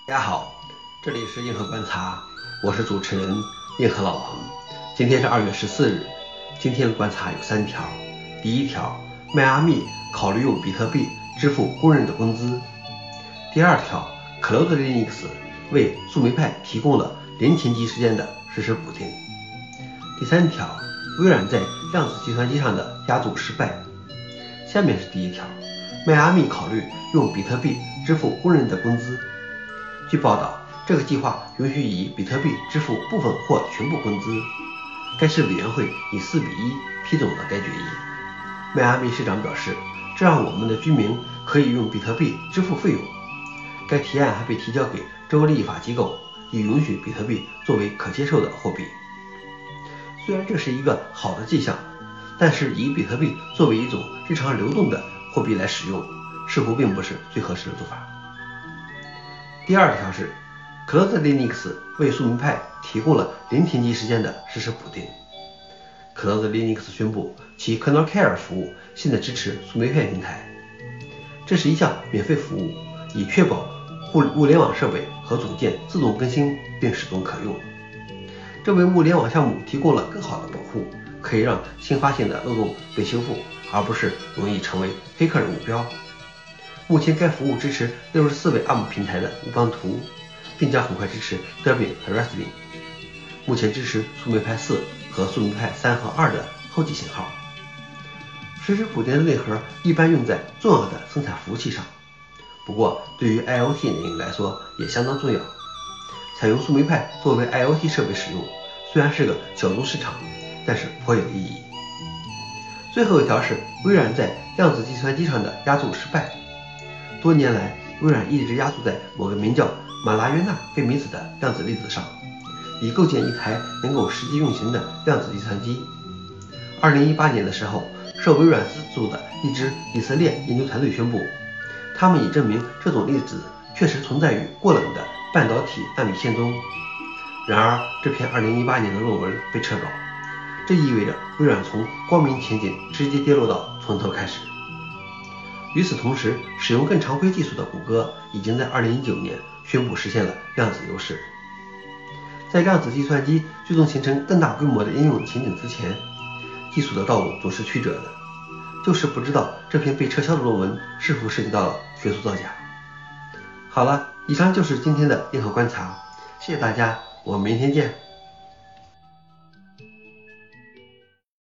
大家好，这里是硬核观察，我是主持人硬核老王。今天是2月14日，今天的观察有3条。第一条，迈阿密考虑用比特币支付工人的工资。第二条，Cloud Linux 为树莓派提供了0天机时间的实时补丁。第三条，微软在量子计算机上的压铸失败。下面是第一条，迈阿密考虑用比特币支付工人的工资。据报道，这个计划允许以比特币支付部分或全部工资。该市委员会以4-1批准了该决议。迈阿密市长表示，这让我们的居民可以用比特币支付费用。该提案还被提交给州立法机构，以允许比特币作为可接受的货币。虽然这是一个好的迹象，但是以比特币作为一种日常流动的货币来使用，似乎并不是最合适的做法。第二条是 Cloud Linux 为树莓派提供了0天机时间的实时补丁。Cloud Linux 宣布其 Kernel Care 服务现在支持树莓派平台，这是一项免费服务，以确保物联网设备和组件自动更新并始终可用。这为物联网项目提供了更好的保护，可以让新发现的漏洞被修复，而不是容易成为黑客的目标。目前该服务支持64位 ARM 平台的乌邦图，并将很快支持 Debian 和 Raspbian。目前支持树莓派4和树莓派3和2的后继型号。实时补丁的内核一般用在重要的生产服务器上，不过对于 IoT 领域来说也相当重要。采用树莓派作为 IoT 设备使用，虽然是个小众市场，但是颇有意义。最后一条是微软在量子计算机上的压铸失败。多年来，微软一直压铸在某个名叫马拉约纳费米子的量子粒子上，以构建一台能够实际运行的量子计算机。2018年的时候，受微软资助的一支以色列研究团队宣布，他们已证明这种粒子确实存在于过冷的半导体纳米线中。然而，这篇2018年的论文被撤稿，这意味着微软从光明前景直接跌落到从头开始。与此同时，使用更常规技术的谷歌已经在2019年宣布实现了量子优势。在量子计算机最终形成更大规模的应用情景之前，技术的道路总是曲折的，就是不知道这篇被撤销的论文是否涉及到了学术造假。好了，以上就是今天的硬核观察，谢谢大家，我们明天见。